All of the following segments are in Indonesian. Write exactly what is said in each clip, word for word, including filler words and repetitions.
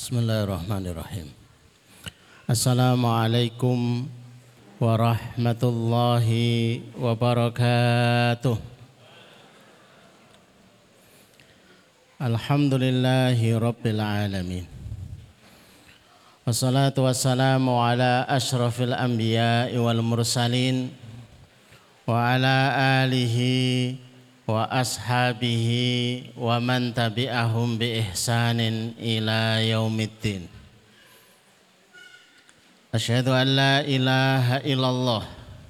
Bismillahirrahmanirrahim. Assalamualaikum warahmatullahi wabarakatuh. Alhamdulillahi rabbil alamin. Wassalatu wassalamu ala ashrafil anbiya'i wal mursalin wa ala alihi wa ashabihi wa man tabi'ahum bi ihsanin ila yaumiddin. Asyhadu an la ilaha illallah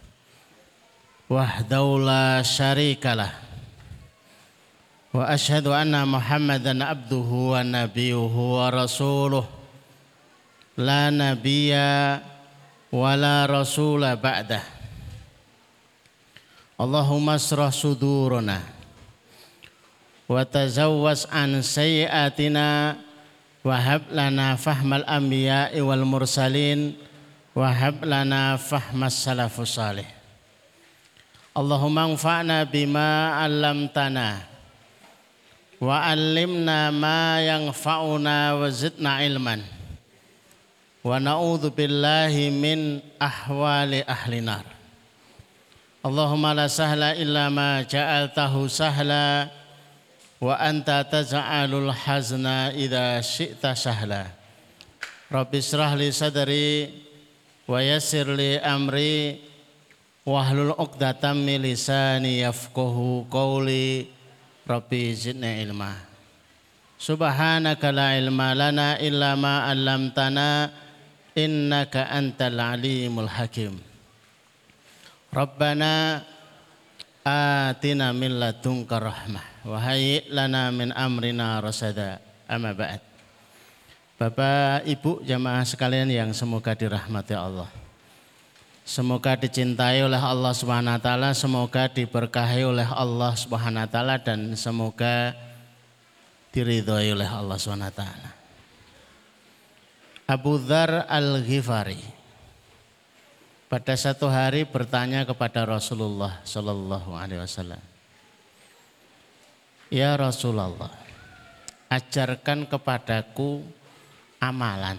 wahdahu la syarikalah wa asyhadu anna Muhammadan abduhu wa nabiyuhu wa rasuluh la nabiyya wa la rasula ba'dah. Allahumma asrah sudurana wa tazawwas an sayyiatina wa hab lana fahmal anbiya'i wal mursalin wa hab lana fahmas salafus salih. Allahumma anfa'na bima 'allamtana wa 'allimna ma yanfa'una wa zidna ilman wa na'udzu billahi min ahwali ahli nar. Allahumma la sahla illa ma ja'altahu sahla wa anta taj'alul hazna idza syi'ta sahla. Rabbi shrah li sadri wa yassir li amri wahlul 'uqdatam min lisani yafqahu qawli. Rabbi zidni ilma. Subhanaka la ilma lana illa ma 'allamtana innaka antal alimul hakim. Rabbana atina min ladunka rahmah wa hayyi' lana min amrina rasada. Amma ba'd. Bapak Ibu jamaah sekalian yang semoga dirahmati Allah, semoga dicintai oleh Allah Subhanahu wa taala, semoga diberkahi oleh Allah Subhanahu wa taala, dan semoga diridhoi oleh Allah Subhanahu wa taala. Abu Dzar Al-Ghifari pada satu hari bertanya kepada Rasulullah Sallallahu Alaihi Wasallam, ya Rasulullah, ajarkan kepadaku amalan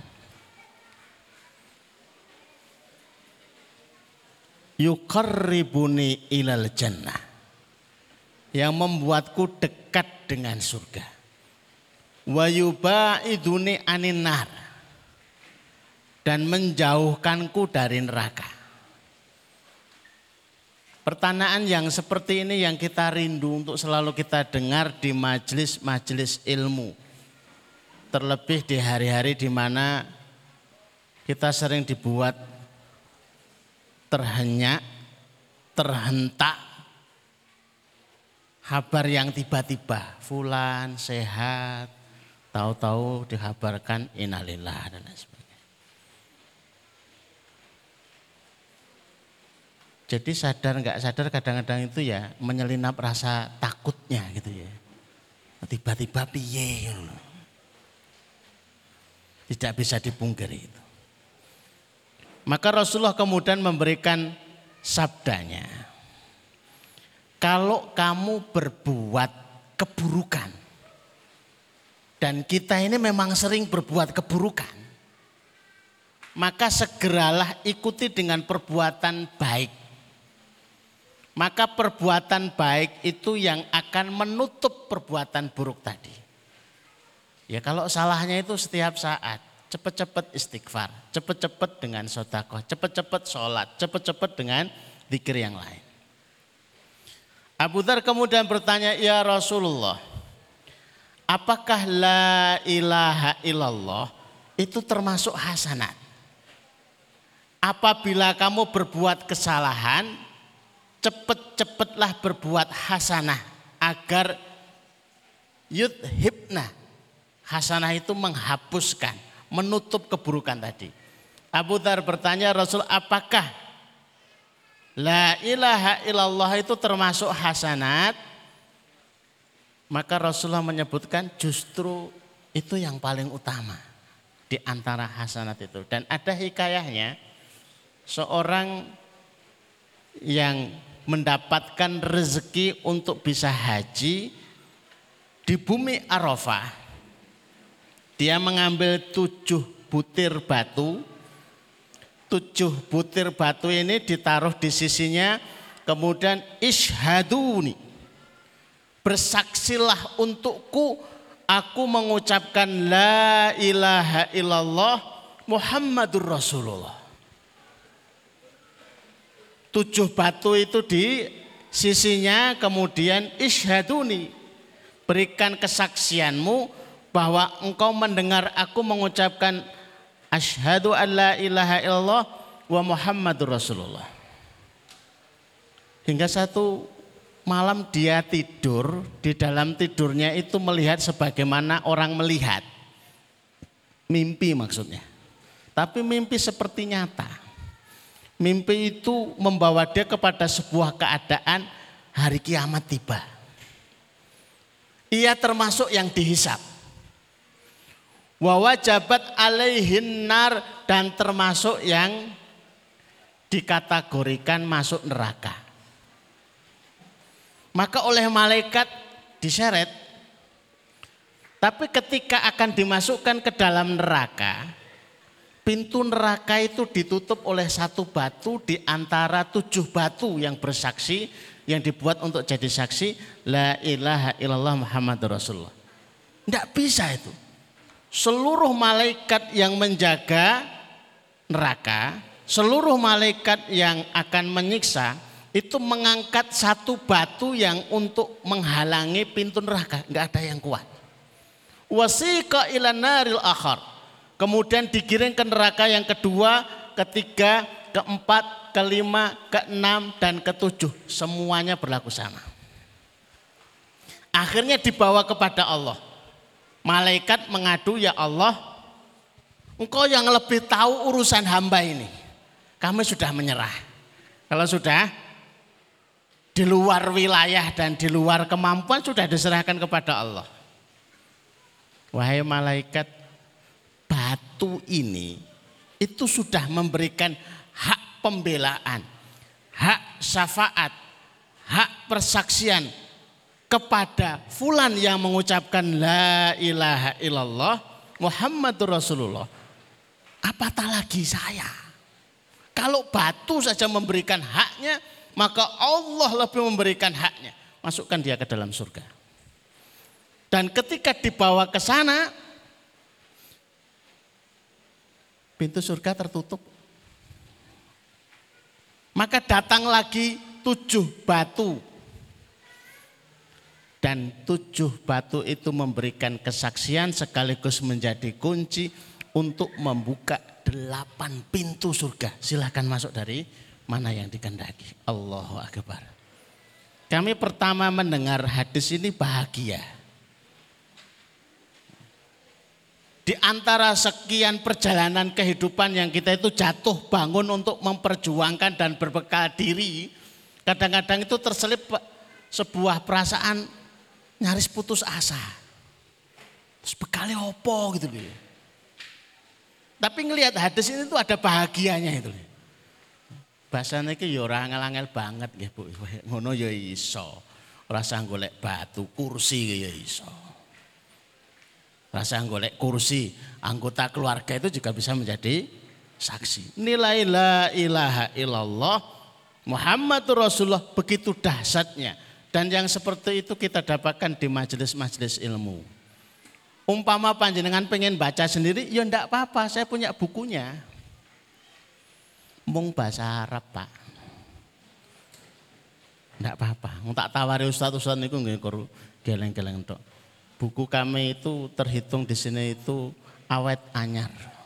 yuqarribuni ilal jannah, yang membuatku dekat dengan surga, wa yubaiduni anin nar, dan menjauhkanku dari neraka. Pertanyaan yang seperti ini yang kita rindu untuk selalu kita dengar di majelis-majelis ilmu. Terlebih di hari-hari di mana kita sering dibuat terhenyak, terhentak kabar yang tiba-tiba, fulan sehat, tahu-tahu dikabarkan innalillah dan lain sebagainya. Jadi sadar nggak sadar kadang-kadang itu ya menyelinap rasa takutnya gitu ya. Tiba-tiba piye gitu. Tidak bisa dipungkiri itu. Maka Rasulullah kemudian memberikan sabdanya. Kalau kamu berbuat keburukan, dan kita ini memang sering berbuat keburukan, maka segeralah ikuti dengan perbuatan baik. Maka perbuatan baik itu yang akan menutup perbuatan buruk tadi. Ya kalau salahnya itu setiap saat, cepat-cepat istighfar, cepat-cepat dengan sedekah, cepat-cepat sholat, cepat-cepat dengan zikir yang lain. Abu Dzar kemudian bertanya, ya Rasulullah, apakah la ilaha illallah itu termasuk hasanat? Apabila kamu berbuat kesalahan, cepet-cepetlah berbuat hasanah agar yudhibna. Hasanah itu menghapuskan, menutup keburukan tadi. Abu Dzar bertanya, Rasul, apakah la ilaha illallah itu termasuk hasanat? Maka Rasulullah menyebutkan justru itu yang paling utama di antara hasanat itu. Dan ada hikayahnya, seorang yang mendapatkan rezeki untuk bisa haji di bumi Arafah, Dia mengambil tujuh butir batu. Tujuh butir batu ini ditaruh di sisinya. Kemudian ishaduni, bersaksilah untukku, aku mengucapkan la ilaha illallah Muhammadur Rasulullah. Tujuh batu itu di sisinya, kemudian ishaduni, berikan kesaksianmu bahwa engkau mendengar aku mengucapkan asyhadu an la ilaha illallah wa Muhammadur Rasulullah. Hingga satu malam dia tidur, di dalam tidurnya itu melihat sebagaimana orang melihat. Mimpi maksudnya. Tapi mimpi seperti nyata. Mimpi itu membawa dia kepada sebuah keadaan hari kiamat tiba. Ia termasuk yang dihisap. Wa wajabat alaihin nar, dan termasuk yang dikategorikan masuk neraka. Maka oleh malaikat diseret. Tapi ketika akan dimasukkan ke dalam neraka, pintu neraka itu ditutup oleh satu batu di antara tujuh batu yang bersaksi, yang dibuat untuk jadi saksi la ilaha illallah Muhammadur Rasulullah. Tidak bisa itu. Seluruh malaikat yang menjaga neraka, seluruh malaikat yang akan menyiksa, itu mengangkat satu batu yang untuk menghalangi pintu neraka, enggak ada yang kuat. Wasiqa ila naril akhar. Kemudian digiring ke neraka yang kedua, ketiga, keempat, kelima, keenam, dan ketujuh. Semuanya berlaku sama. Akhirnya dibawa kepada Allah. Malaikat mengadu, ya Allah, engkau yang lebih tahu urusan hamba ini. Kami sudah menyerah. Kalau sudah di luar wilayah dan di luar kemampuan sudah diserahkan kepada Allah. Wahai malaikat, batu ini itu sudah memberikan hak pembelaan, hak syafaat, hak persaksian kepada fulan yang mengucapkan la ilaha illallah Muhammadur Rasulullah. Apatah lagi saya. Kalau batu saja memberikan haknya, maka Allah lebih memberikan haknya. Masukkan dia ke dalam surga. Dan ketika dibawa ke sana, pintu surga tertutup. Maka datang lagi tujuh batu. Dan tujuh batu itu memberikan kesaksian sekaligus menjadi kunci untuk membuka delapan pintu surga. Silahkan masuk dari mana yang dikehendaki. Allahu Akbar. Kami pertama mendengar hadis ini bahagia. Di antara sekian perjalanan kehidupan yang kita itu jatuh bangun untuk memperjuangkan dan berbekal diri, kadang-kadang itu terselip sebuah perasaan nyaris putus asa. Terus bekalnya opo gitu loh. Tapi ngelihat hadis ini tuh ada bahagianya itu. Bahasanya iki ya ora angel-angel banget nggih Bu. Ngono ya iso. Ora usah golek batu, kursi ya iso. Rasa golek kursi, anggota keluarga itu juga bisa menjadi saksi. Nilai la ilaha illallah Muhammadur Rasulullah begitu dahsyatnya. Dan yang seperti itu kita dapatkan di majelis-majelis ilmu. Umpama panjenengan pengen baca sendiri, ya enggak apa-apa, saya punya bukunya. Mung bahasa Arab Pak. Enggak apa-apa, tak tawari ustaz-ustaz niku nggih kur geleng-geleng tok. Buku kami itu terhitung di sini itu awet anyar,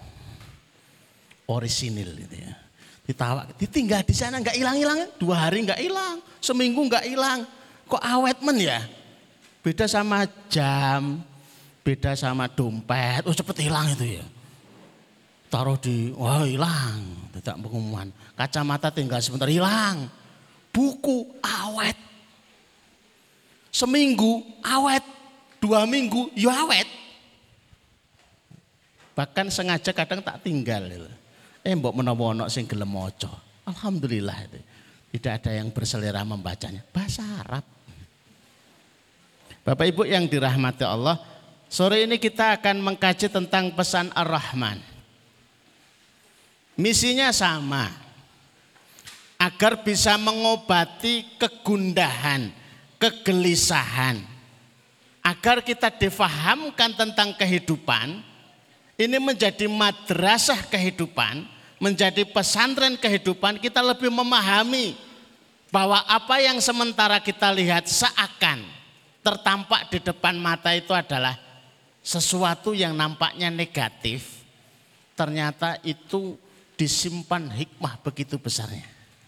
orisinil gitu ya. Ditawak, ditinggal di sana nggak hilang-hilang, dua hari nggak hilang, seminggu nggak hilang, kok awet men ya? Beda sama jam, beda sama dompet, oh cepet hilang itu ya. Taruh di, wah hilang, tidak pengumuman. Kacamata tinggal sebentar hilang, buku awet, seminggu awet. Dua minggu, ya awet. Bahkan sengaja kadang tak tinggal. Eh mbok menawa ana sing gelem maca. Alhamdulillah itu. Tidak ada yang berselera membacanya. Bahasa Arab. Bapak Ibu yang dirahmati Allah, Sore ini kita akan mengkaji tentang pesan Ar-Rahman. Misinya sama, agar bisa mengobati kegundahan, kegelisahan, agar kita difahamkan tentang kehidupan. Ini menjadi madrasah kehidupan, menjadi pesantren kehidupan. Kita lebih memahami bahwa apa yang sementara kita lihat seakan tertampak di depan mata itu adalah sesuatu yang nampaknya negatif, ternyata itu disimpan hikmah begitu besarnya.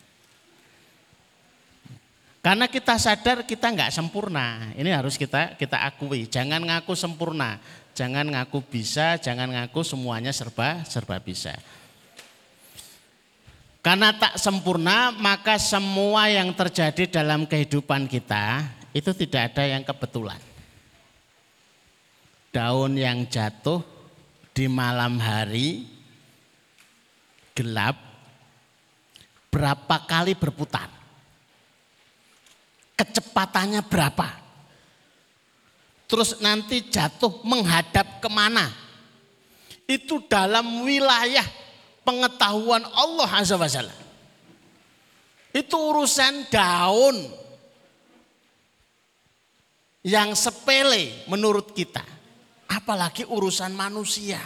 Karena kita sadar kita nggak sempurna, ini harus kita kita akui. Jangan ngaku sempurna, jangan ngaku bisa, jangan ngaku semuanya serba serba bisa. Karena tak sempurna, maka semua yang terjadi dalam kehidupan kita itu tidak ada yang kebetulan. Daun yang jatuh di malam hari gelap berapa kali berputar? Kecepatannya berapa? Terus nanti jatuh menghadap kemana? Itu dalam wilayah pengetahuan Allah Azza wa Jalla. Itu urusan daun yang sepele menurut kita. Apalagi urusan manusia.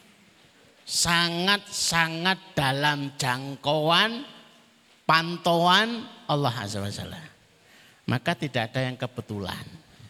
Sangat-sangat dalam jangkauan pantauan Allah Azza wa Jalla. Maka tidak ada yang kebetulan.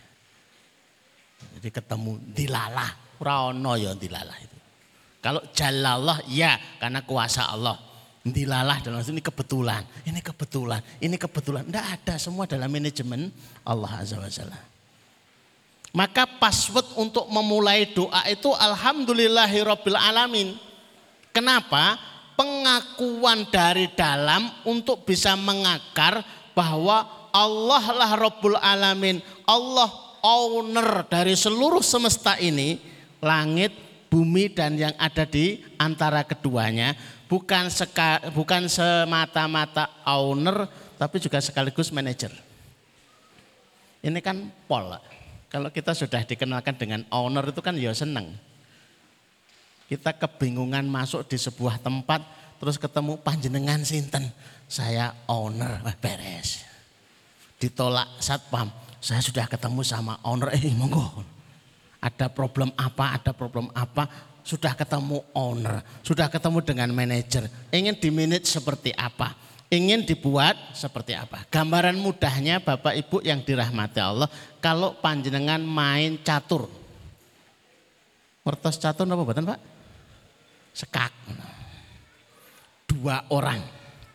Jadi ketemu dilalah, ora ono ya dilalah itu. Kalau jalallah ya karena kuasa Allah. Dilalah dalam ini kebetulan, ini kebetulan, ini kebetulan. Tidak ada, semua dalam manajemen Allah Azza wa Jalla. Maka password untuk memulai doa itu alhamdulillahirabbil alamin. Kenapa? Pengakuan dari dalam untuk bisa mengakar bahwa Allah lah Rabbul Alamin. Allah owner dari seluruh semesta ini, langit, bumi dan yang ada di antara keduanya, bukan seka, bukan semata-mata owner tapi juga sekaligus manajer. Ini kan pol. Kalau kita sudah dikenalkan dengan owner itu kan ya seneng. Kita kebingungan masuk di sebuah tempat terus ketemu panjenengan sinten, saya owner, beres. Ditolak satpam, saya sudah ketemu sama owner, eh monggo. Ada problem apa, ada problem apa, sudah ketemu owner, sudah ketemu dengan manajer, ingin dimanage seperti apa, ingin dibuat seperti apa. Gambaran mudahnya Bapak Ibu yang dirahmati Allah, kalau panjenengan main catur. Ngertos catur apa buatan Pak? Sekak. Dua orang.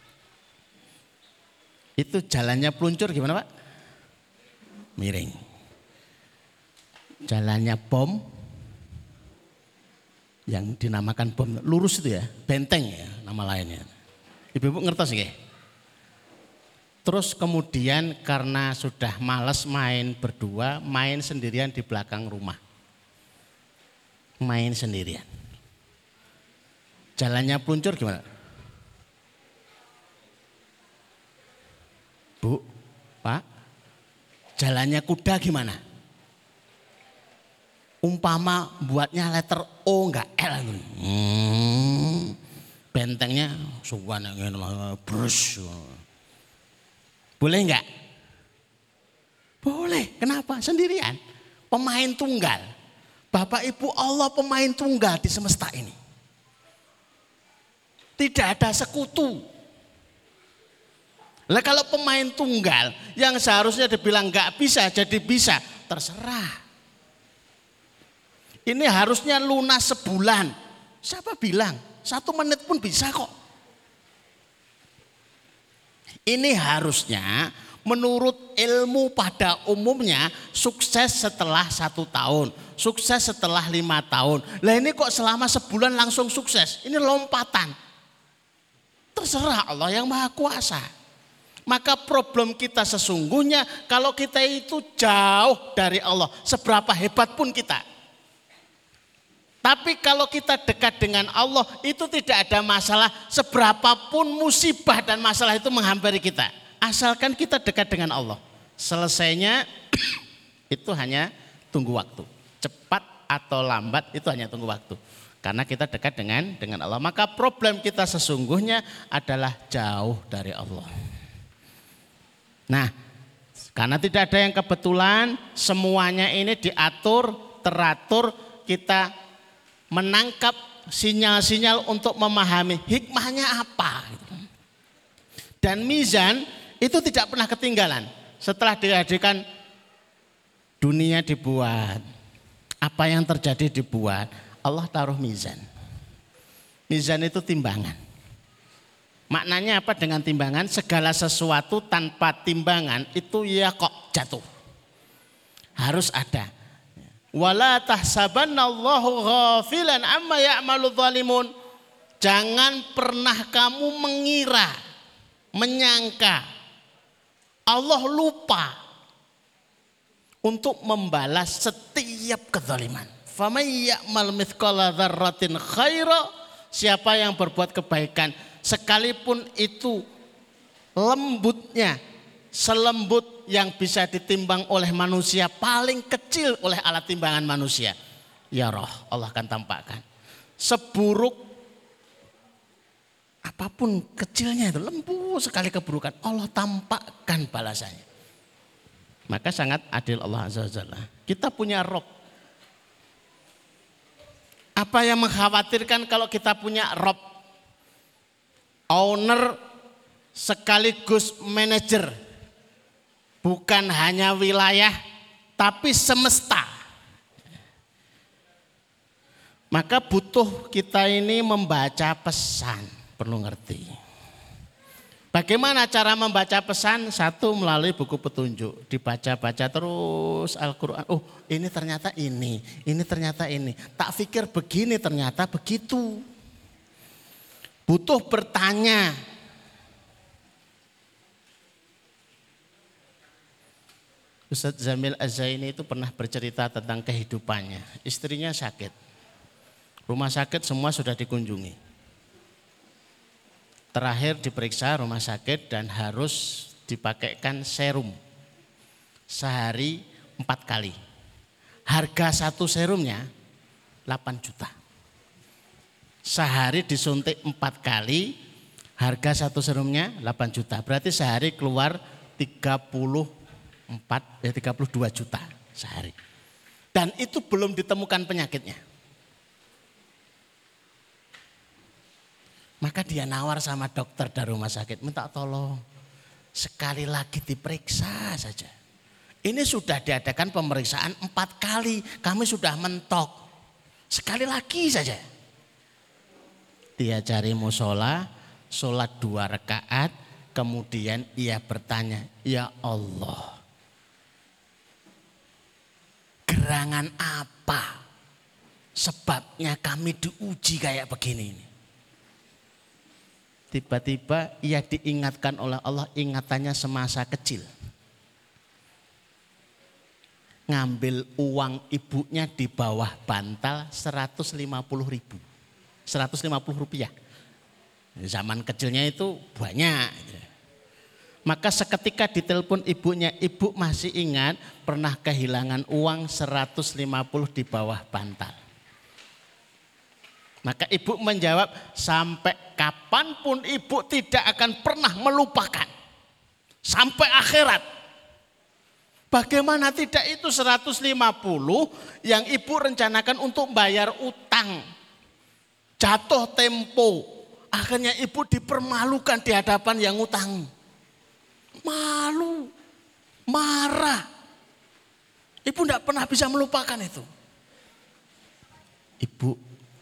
Itu jalannya peluncur gimana Pak? Miring. Jalannya bom yang dinamakan bom lurus itu ya, benteng ya nama lainnya. Ibu-ibu ngertos nggih? Terus kemudian karena sudah malas main berdua, main sendirian di belakang rumah. Main sendirian. Jalannya peluncur gimana? Bu, Pak, jalannya kuda gimana? Umpama buatnya letter O enggak L. Hmm, bentengnya suwan yang brus. Boleh enggak? Boleh. Kenapa? Sendirian. Pemain tunggal. Bapak Ibu Allah pemain tunggal di semesta ini. Tidak ada sekutu. Lah kalau pemain tunggal yang seharusnya dibilang enggak bisa jadi bisa, terserah. Ini harusnya lunas sebulan. Siapa bilang? Satu menit pun bisa kok. Ini harusnya menurut ilmu pada umumnya sukses setelah satu tahun. Sukses setelah lima tahun. Lah ini kok selama sebulan langsung sukses. Ini lompatan. Terserah Allah yang Maha Kuasa. Maka problem kita sesungguhnya kalau kita itu jauh dari Allah. Seberapa hebat pun kita. Tapi kalau kita dekat dengan Allah itu tidak ada masalah seberapapun musibah dan masalah itu menghampiri kita. Asalkan kita dekat dengan Allah. Selesainya itu hanya tunggu waktu. Cepat atau lambat itu hanya tunggu waktu. Karena kita dekat dengan dengan Allah. Maka problem kita sesungguhnya adalah jauh dari Allah. Nah, karena tidak ada yang kebetulan, semuanya ini diatur, teratur, kita menangkap sinyal-sinyal untuk memahami hikmahnya apa. Dan mizan itu tidak pernah ketinggalan. Setelah dihadirkan dunia dibuat, apa yang terjadi dibuat, Allah taruh mizan. Mizan itu timbangan. Maknanya apa dengan timbangan? Segala sesuatu tanpa timbangan itu ya kok jatuh. Harus ada. Wala tahsabannallahu ghafilan amma ya'malu dzalimun. Jangan pernah kamu mengira, menyangka Allah lupa untuk membalas setiap kezaliman. Faman ya'mal mithqala dzarratin khaira, siapa yang berbuat kebaikan sekalipun itu lembutnya selembut yang bisa ditimbang oleh manusia, paling kecil oleh alat timbangan manusia, ya roh Allah akan tampakkan. Seburuk apapun kecilnya itu, lembut sekali keburukan, Allah tampakkan balasannya. Maka sangat adil Allah Azza wa Jalla. Kita punya Rob. Apa yang mengkhawatirkan kalau kita punya Rob? Owner sekaligus manajer. Bukan hanya wilayah tapi semesta. Maka butuh kita ini membaca pesan, perlu ngerti. Bagaimana cara membaca pesan? Satu, melalui buku petunjuk. Dibaca-baca terus Al-Quran. Oh ini ternyata ini, ini ternyata ini. Tak pikir begini ternyata begitu. Butuh bertanya. Ustadz Zamil Az-Zaini itu pernah bercerita tentang kehidupannya. Istrinya sakit. Rumah sakit semua sudah dikunjungi. Terakhir diperiksa rumah sakit dan harus dipakaikan serum. Sehari empat kali. Harga satu serumnya delapan juta. Sehari disuntik empat kali, harga satu serumnya delapan juta. Berarti sehari keluar tiga puluh empat, ya tiga puluh dua juta sehari. Dan itu belum ditemukan penyakitnya. Maka dia nawar sama dokter dari rumah sakit, minta tolong sekali lagi diperiksa saja. Ini sudah diadakan pemeriksaan empat kali, kami sudah mentok. Sekali lagi saja. Dia cari musola, sholat dua rakaat, kemudian ia bertanya, ya Allah, gerangan apa sebabnya kami diuji kayak begini ini? Tiba-tiba ia diingatkan oleh Allah, ingatannya semasa kecil. Ngambil uang ibunya di bawah bantal seratus lima puluh ribu. seratus lima puluh rupiah. Zaman kecilnya itu banyak. Maka seketika ditelepon ibunya, ibu masih ingat pernah kehilangan uang seratus lima puluh di bawah bantal. Maka ibu menjawab, sampai kapanpun ibu tidak akan pernah melupakan. Sampai akhirat. Bagaimana tidak, itu seratus lima puluh yang ibu rencanakan untuk bayar utang. Jatuh tempo. Akhirnya ibu dipermalukan di hadapan yang utang. Malu. Marah. Ibu tidak pernah bisa melupakan itu. Ibu,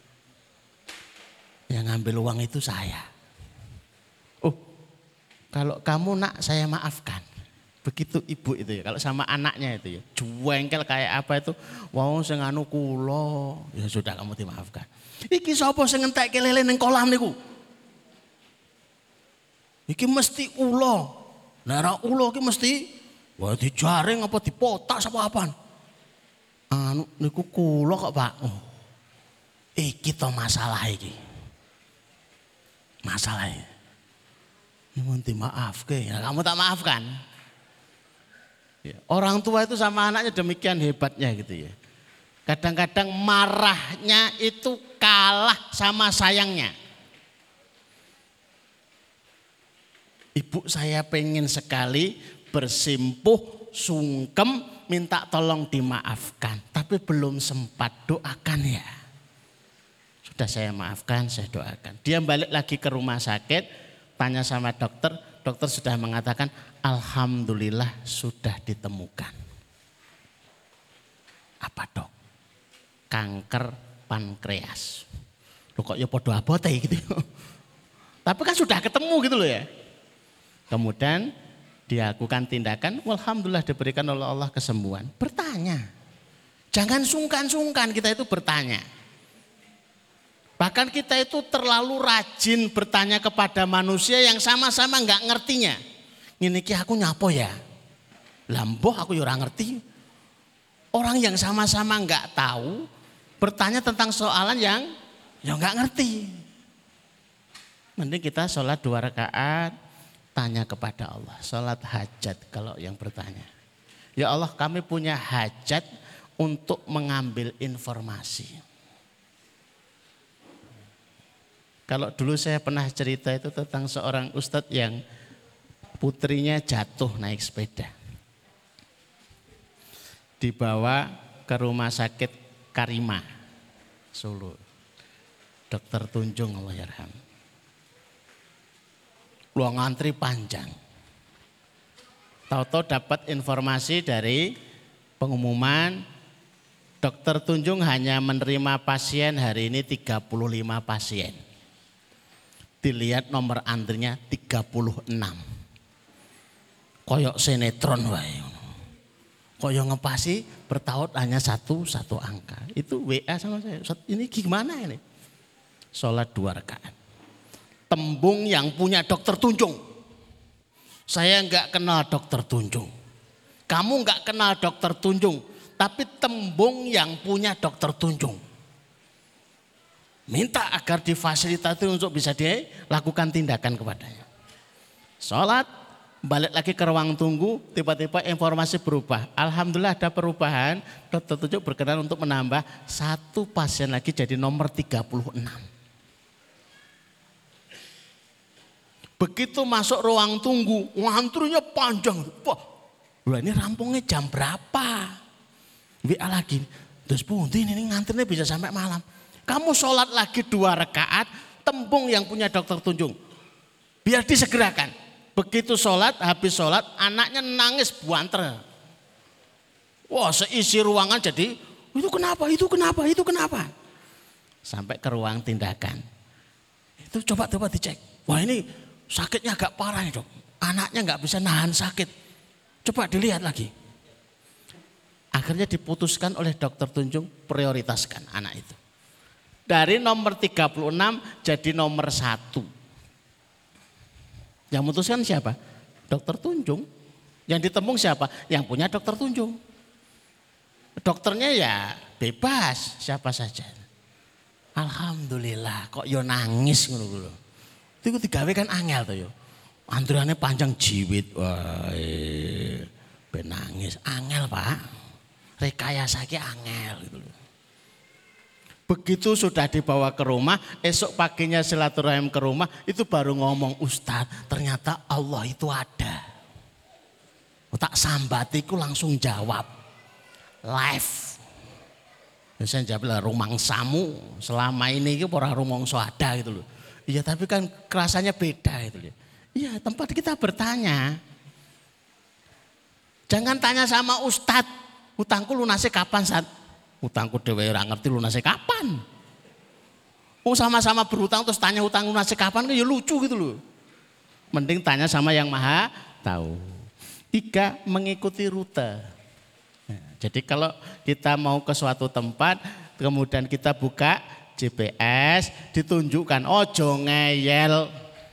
yang ngambil uang itu saya. Oh, kalau kamu nak saya maafkan. Begitu ibu itu ya, kalau sama anaknya itu ya, juengkel kayak apa itu, wong sing anu kula, ya sudah kamu dimaafkan. Iki sapa sing ngentekke lele ning kolam niku? Iki mesti ula. Nah, ra ula iki mesti wah dijaring apa dipotak sapa apaan? Anu niku kula kok, Pak. Oh, iki to masalah iki. Masalahnya, mohon dimaafkan, ya, kamu tak maafkan. Ya, orang tua itu sama anaknya demikian hebatnya gitu ya. Kadang-kadang marahnya itu kalah sama sayangnya. Ibu saya pengen sekali bersimpuh, sungkem, minta tolong dimaafkan. Tapi belum sempat, doakan ya. Sudah saya maafkan, saya doakan. Dia balik lagi ke rumah sakit, tanya sama dokter. Dokter sudah mengatakan, alhamdulillah sudah ditemukan. Apa dok? Kanker pankreas. Loh kok ya podo abote gitu. Tapi kan sudah ketemu gitu loh ya. Kemudian dilakukan tindakan, alhamdulillah diberikan oleh Allah kesembuhan. Bertanya. Jangan sungkan-sungkan kita itu bertanya. Bahkan kita itu terlalu rajin bertanya kepada manusia yang sama-sama enggak ngertinya. Ngene iki aku nyapo ya? Lah mboh aku ya ora ngerti. Orang yang sama-sama enggak tahu bertanya tentang soalan yang ya enggak ngerti. Mending kita sholat dua rakaat, tanya kepada Allah. Sholat hajat kalau yang bertanya. Ya Allah, kami punya hajat untuk mengambil informasi. Kalau dulu saya pernah cerita itu tentang seorang ustadz yang putrinya jatuh naik sepeda. Dibawa ke rumah sakit Karima, Solo. Dokter Tunjung Allahyarham. Luang antri panjang. Tahu-tahu dapat informasi dari pengumuman Dokter Tunjung hanya menerima pasien hari ini tiga puluh lima pasien. Dilihat nomor antrinya tiga puluh enam. Koyok sinetron wae. Koyok ngepasi bertaut hanya satu satu angka. Itu W A sama saya. Ini gimana ini? Sholat dua rakaat. Tembung yang punya Dokter Tunjung. Saya enggak kenal Dokter Tunjung. Kamu enggak kenal Dokter Tunjung. Tapi tembung yang punya Dokter Tunjung. Minta agar difasilitasi untuk bisa dilakukan tindakan kepadanya. Sholat, balik lagi ke ruang tunggu, tiba-tiba informasi berubah. Alhamdulillah ada perubahan, Dokter Tunjung berkenan untuk menambah satu pasien lagi jadi nomor tiga puluh enam. Begitu masuk ruang tunggu, ngantrinya panjang. Wah, ini rampungnya jam berapa? W A lagi, terus pundi ini ngantrinya bisa sampai malam. Kamu sholat lagi dua rakaat, tembung yang punya Dokter Tunjung. Biar disegerakan. Begitu sholat, habis sholat, anaknya nangis buanter. Wah, seisi ruangan jadi, itu kenapa, itu kenapa, itu kenapa. Sampai ke ruang tindakan. Itu coba-coba dicek. Wah ini sakitnya agak parah nih dok. Anaknya nggak bisa nahan sakit. Coba dilihat lagi. Akhirnya diputuskan oleh Dokter Tunjung prioritaskan anak itu. Dari nomor tiga puluh enam jadi nomor satu. Yang memutuskan siapa? Dokter Tunjung. Yang ditembung siapa? Yang punya Dokter Tunjung. Dokternya ya bebas siapa saja. Alhamdulillah kok yo nangis ngono. Itu digawe kan angel to yo. Antriannya panjang jiwit. Wah, ben nangis angel, Pak. Rekayasa ki angel gitu loh. Begitu sudah dibawa ke rumah, esok paginya silaturahim ke rumah, itu baru ngomong, Ustadz ternyata Allah itu ada. Tak sambatiku langsung jawab, live. Saya jawab lah, rumangsamu selama ini itu orang rumongso ada gitu loh. Iya tapi kan kerasanya beda gitu loh. Iya tempat kita bertanya. Jangan tanya sama Ustadz, hutangku lunasnya kapan saat? Hutangku dewe ora ngerti lunasnya kapan. Oh sama-sama berhutang terus tanya hutang lunasnya kapan kan ya lucu gitu loh. Mending tanya sama yang maha tahu. Tiga, mengikuti rute. Nah, jadi kalau kita mau ke suatu tempat kemudian kita buka G P S ditunjukkan ojo ngeyel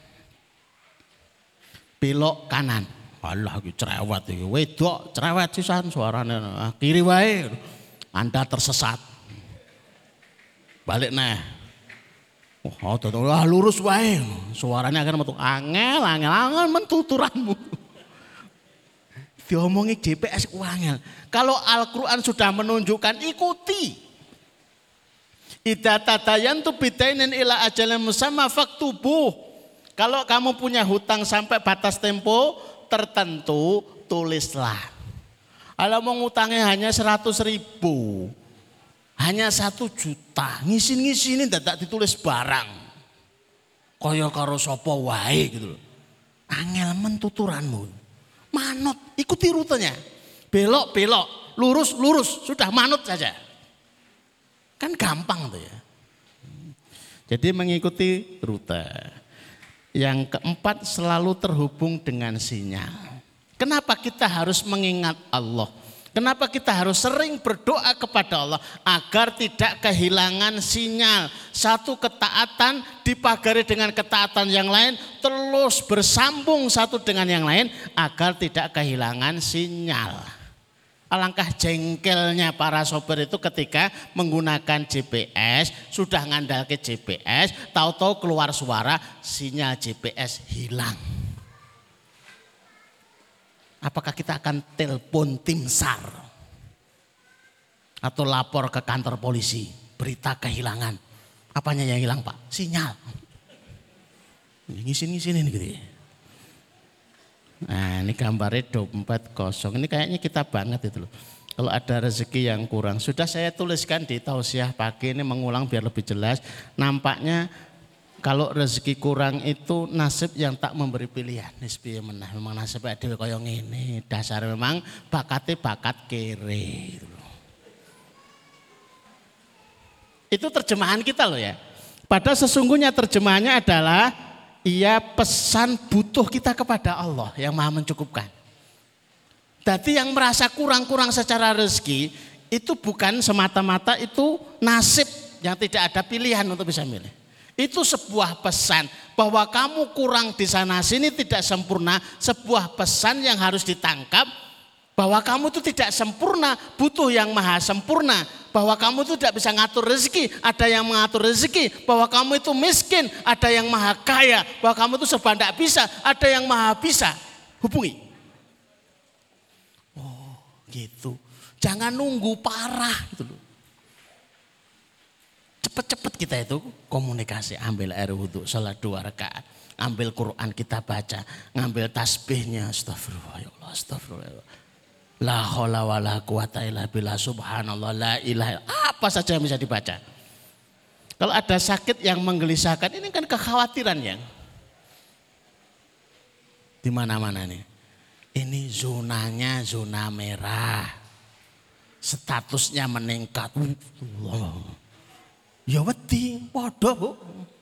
belok kanan. Alah iki cerewet iki wedok cerewet sisan suarane kiri wae. Anda tersesat. Balik nah. Oh, oh lurus wae. Suaranya akan metu angel, angel, angel mentuturanmu. Diomongi G P S wangel. Kalau Al-Quran sudah menunjukkan, ikuti. Idza tadayantum bidainin ila ajalin musamma faktubuh. Kalau kamu punya hutang sampai batas tempo tertentu, tulislah. Kalau mau ngutangnya hanya seratus ribu, hanya satu juta, ngisin-ngisinin dadak ditulis barang. Kaya karo sapa wae gitu loh. Angel men tuturanmu. Manut, ikuti rutenya. Belok, belok, lurus, lurus, sudah manut saja. Kan gampang tuh ya. Jadi mengikuti rute. Yang keempat, selalu terhubung dengan sinyal. Kenapa kita harus mengingat Allah? Kenapa kita harus sering berdoa kepada Allah? Agar tidak kehilangan sinyal. Satu ketaatan dipagari dengan ketaatan yang lain, terus bersambung satu dengan yang lain agar tidak kehilangan sinyal. Alangkah jengkelnya para sopir itu ketika menggunakan G P S, sudah ngandal ke G P S, tahu-tahu keluar suara sinyal G P S hilang. Apakah kita akan telepon tim SAR atau lapor ke kantor polisi, berita kehilangan? Apanya yang hilang Pak? Sinyal. Ngisin-ngisinin gitu ya. Nah ini gambarnya dompet kosong. Ini kayaknya kita banget itu loh. Kalau ada rezeki yang kurang, sudah saya tuliskan di tausiah pagi ini, mengulang biar lebih jelas. Nampaknya kalau rezeki kurang itu nasib yang tak memberi pilihan. Nisbi menah, memang nasib dhewe kaya ngene. Dasar memang bakatnya bakat kere. Itu terjemahan kita loh ya. Padahal sesungguhnya terjemahannya adalah ia pesan butuh kita kepada Allah yang maha mencukupkan. Jadi yang merasa kurang-kurang secara rezeki itu bukan semata-mata itu nasib yang tidak ada pilihan untuk bisa milih. Itu sebuah pesan bahwa kamu kurang di sana sini tidak sempurna. Sebuah pesan yang harus ditangkap bahwa kamu itu tidak sempurna, butuh yang maha sempurna. Bahwa kamu itu tidak bisa ngatur rezeki, ada yang mengatur rezeki. Bahwa kamu itu miskin, ada yang maha kaya. Bahwa kamu itu serba tidak bisa, ada yang maha bisa. Hubungi. Oh gitu. Jangan nunggu parah gitu loh. Cepet-cepet kita itu komunikasi, ambil air wudhu, salat dua rakaat, ambil Quran kita baca, ngambil tasbihnya, astagfirullah, ya Allah, astagfirullah. La haula wala quwata illa billah, subhanallah, la ilaha illallah. Apa saja yang bisa dibaca. Kalau ada sakit yang menggelisahkan, ini kan kekhawatiran yang di mana-mana nih. Ini zonanya zona merah, statusnya meningkat. Ya wedi, waduh Bu.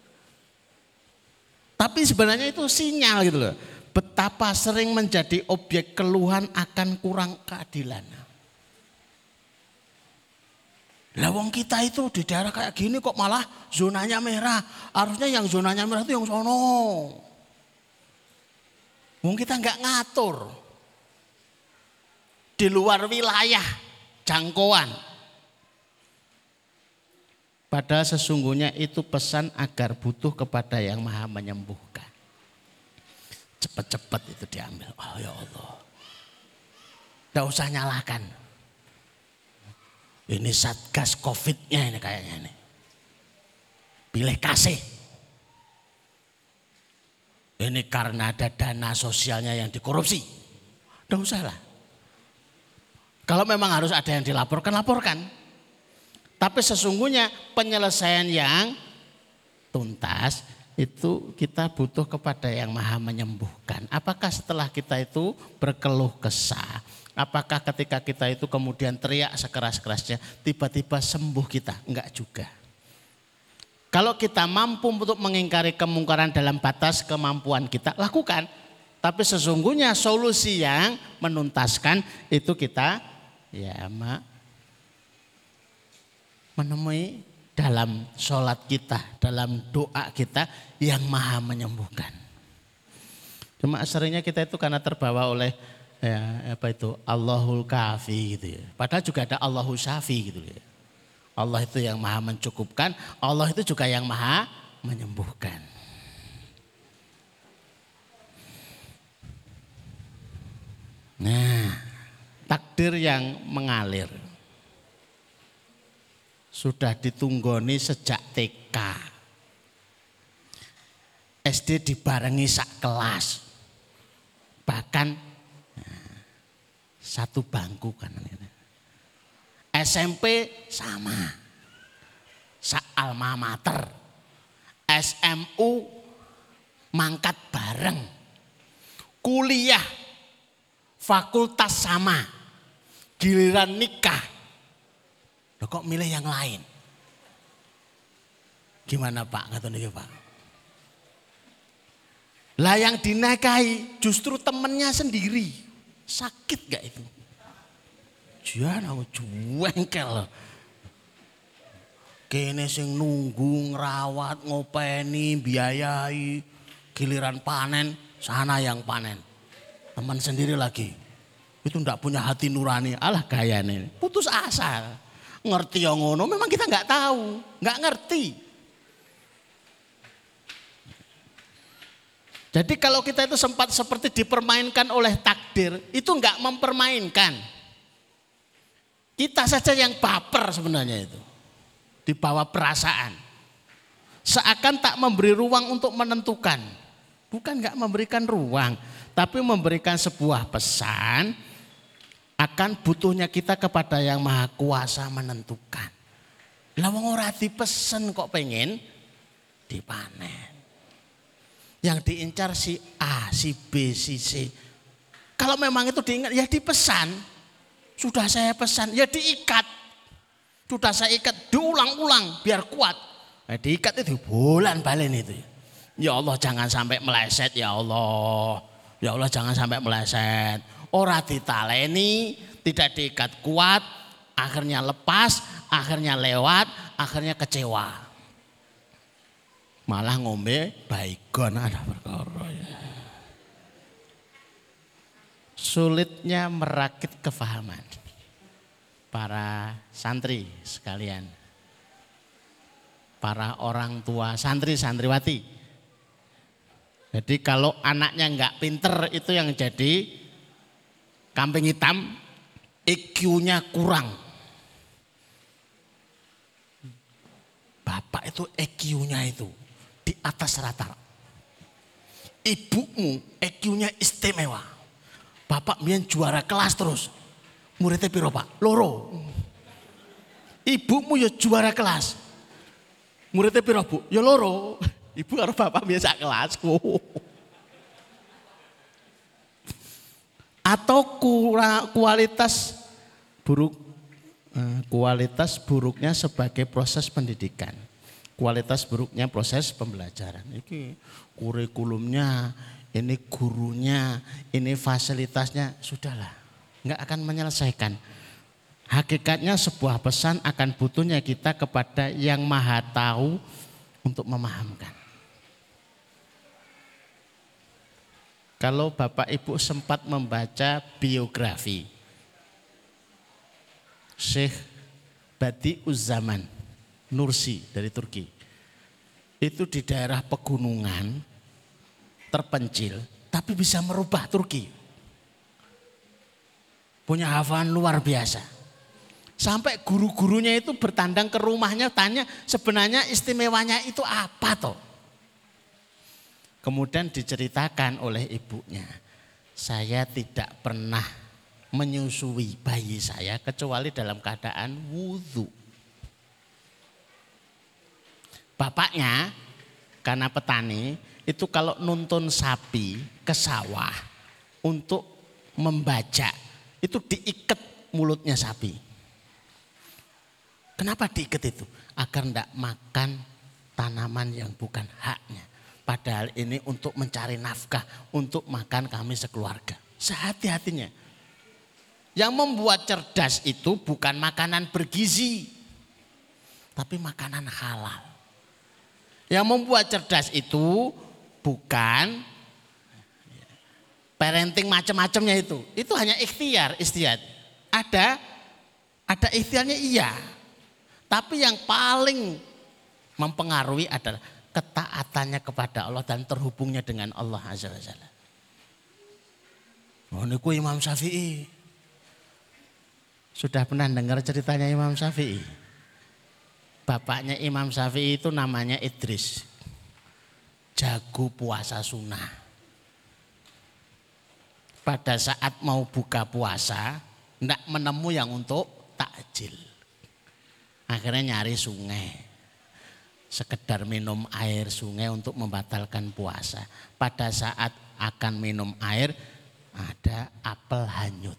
Tapi sebenarnya itu sinyal gitu loh. Betapa sering menjadi objek keluhan akan kurang keadilan. Lah wong kita itu di daerah kayak gini kok malah zonanya merah. Harusnya yang zonanya merah itu yang sono. Wong kita nggak ngatur. Di luar wilayah jangkauan. Padahal sesungguhnya itu pesan agar butuh kepada yang maha menyembuhkan. Cepat-cepat itu diambil. Oh ya Allah. Tidak usah nyalakan. Ini satgas Covid-nya ini kayaknya ini. Pilih kasih. Ini karena ada dana sosialnya yang dikorupsi. Tidak usah lah. Kalau memang harus ada yang dilaporkan, laporkan. Tapi sesungguhnya penyelesaian yang tuntas itu kita butuh kepada yang maha menyembuhkan. Apakah setelah kita itu berkeluh kesah, apakah ketika kita itu kemudian teriak sekeras-kerasnya tiba-tiba sembuh kita? Enggak juga. Kalau kita mampu untuk mengingkari kemungkaran dalam batas kemampuan kita, lakukan. Tapi sesungguhnya solusi yang menuntaskan itu kita ya mak menemui dalam sholat kita, dalam doa kita yang maha menyembuhkan. Cuma seringnya kita itu karena terbawa oleh ya, apa itu Allahul Kafi gitu ya. Padahal juga ada Allahul Syafi gitu ya. Allah itu yang maha mencukupkan, Allah itu juga yang maha menyembuhkan. Nah, takdir yang mengalir. Sudah ditunggoni sejak T K. S D dibarengi sak kelas. Bahkan satu bangku kan. S M P sama. Sak alma mater. S M U mangkat bareng. Kuliah fakultas sama. Giliran nikah. Loh kok milih yang lain? Gimana Pak? Nggak tahu nih Pak. Lah yang dinikahi justru temennya sendiri. Sakit gak itu? Jangan aku juengkel. Kene sing nunggu, ngerawat, ngopeni, biayai. Giliran panen, sana yang panen. Teman sendiri lagi. Itu ndak punya hati nurani. Alah gayane. Putus asa. Ngerti yang ngono, memang kita nggak tahu. Nggak ngerti. Jadi kalau kita itu sempat seperti dipermainkan oleh takdir, itu enggak mempermainkan. Kita saja yang baper sebenarnya itu. Di bawah perasaan. Seakan tak memberi ruang untuk menentukan. Bukan enggak memberikan ruang, tapi memberikan sebuah pesan akan butuhnya kita kepada yang maha kuasa menentukan. Lah wong ora dipesen kok pengen dipanen. Yang diincar si A, si B, si C. Kalau memang itu diingat, ya dipesan. Sudah saya pesan, ya diikat. Sudah saya ikat, diulang-ulang biar kuat. Nah, diikat itu bulan balen itu. Ya Allah jangan sampai meleset ya Allah. Ya Allah jangan sampai meleset. Ora ditaleni, tidak diikat kuat, akhirnya lepas, akhirnya lewat, akhirnya kecewa. Malah ngombe baygon ada perkara ya. Sulitnya merakit kefahaman para santri sekalian. Para orang tua santri santriwati. Jadi kalau anaknya enggak pinter itu yang jadi kambing hitam, I Q-nya kurang. Bapak itu I Q-nya itu di atas rata. Ibumu I Q-nya istimewa. Bapak mien juara kelas terus. Muridnya piro Pak? Loro. Ibumu ya juara kelas. Muridnya piro Bu? Ya loro. Ibu karo bapak biasa kelas. Atau kualitas buruk, kualitas buruknya sebagai proses pendidikan. Kualitas buruknya proses pembelajaran. Ini kurikulumnya, ini gurunya, ini fasilitasnya, sudahlah. Enggak akan menyelesaikan. Hakikatnya sebuah pesan akan butuhnya kita kepada yang maha tahu untuk memahamkan. Kalau Bapak Ibu sempat membaca biografi Syekh Badi'uzzaman Nursi dari Turki. Itu di daerah pegunungan terpencil tapi bisa merubah Turki. Punya hafalan luar biasa. Sampai guru-gurunya itu bertandang ke rumahnya tanya sebenarnya istimewanya itu apa toh. Kemudian diceritakan oleh ibunya. Saya tidak pernah menyusui bayi saya kecuali dalam keadaan wudhu. Bapaknya karena petani itu kalau nuntun sapi ke sawah untuk membajak itu diikat mulutnya sapi. Kenapa diikat itu? Agar tidak makan tanaman yang bukan haknya. Padahal ini untuk mencari nafkah, untuk makan kami sekeluarga. Sehati-hatinya. Yang membuat cerdas itu bukan makanan bergizi, tapi makanan halal. Yang membuat cerdas itu bukan parenting macam-macamnya itu. Itu hanya ikhtiar, istiad. Ada, ada ikhtiarnya iya. Tapi yang paling mempengaruhi adalah ketaatannya kepada Allah dan terhubungnya dengan Allah Azza wa Jalla. Oh niku Imam Syafi'i. Sudah pernah dengar ceritanya Imam Syafi'i? Bapaknya Imam Syafi'i itu namanya Idris. Jago puasa sunnah. Pada saat mau buka puasa, tidak menemu yang untuk takjil. Akhirnya nyari sungai. Sekedar minum air sungai untuk membatalkan puasa. Pada saat akan minum air, ada apel hanyut.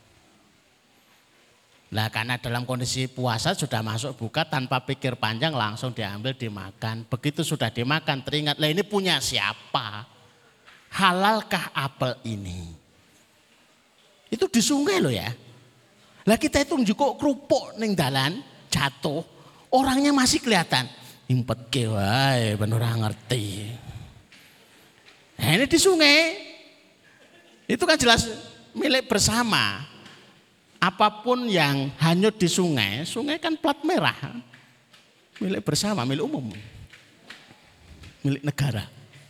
Nah, karena dalam kondisi puasa sudah masuk buka, tanpa pikir panjang langsung diambil dimakan. Begitu sudah dimakan teringat, lah ini punya siapa? Halalkah apel ini? Itu di sungai loh ya. Lah kita itu njukuk kerupuk ning dalan jatuh, orangnya masih kelihatan. Impetke wae ben ora ngerti. Nah, ini di sungai. Itu kan jelas milik bersama. Apapun yang hanyut di sungai, sungai kan plat merah. Milik bersama, milik umum. Milik negara.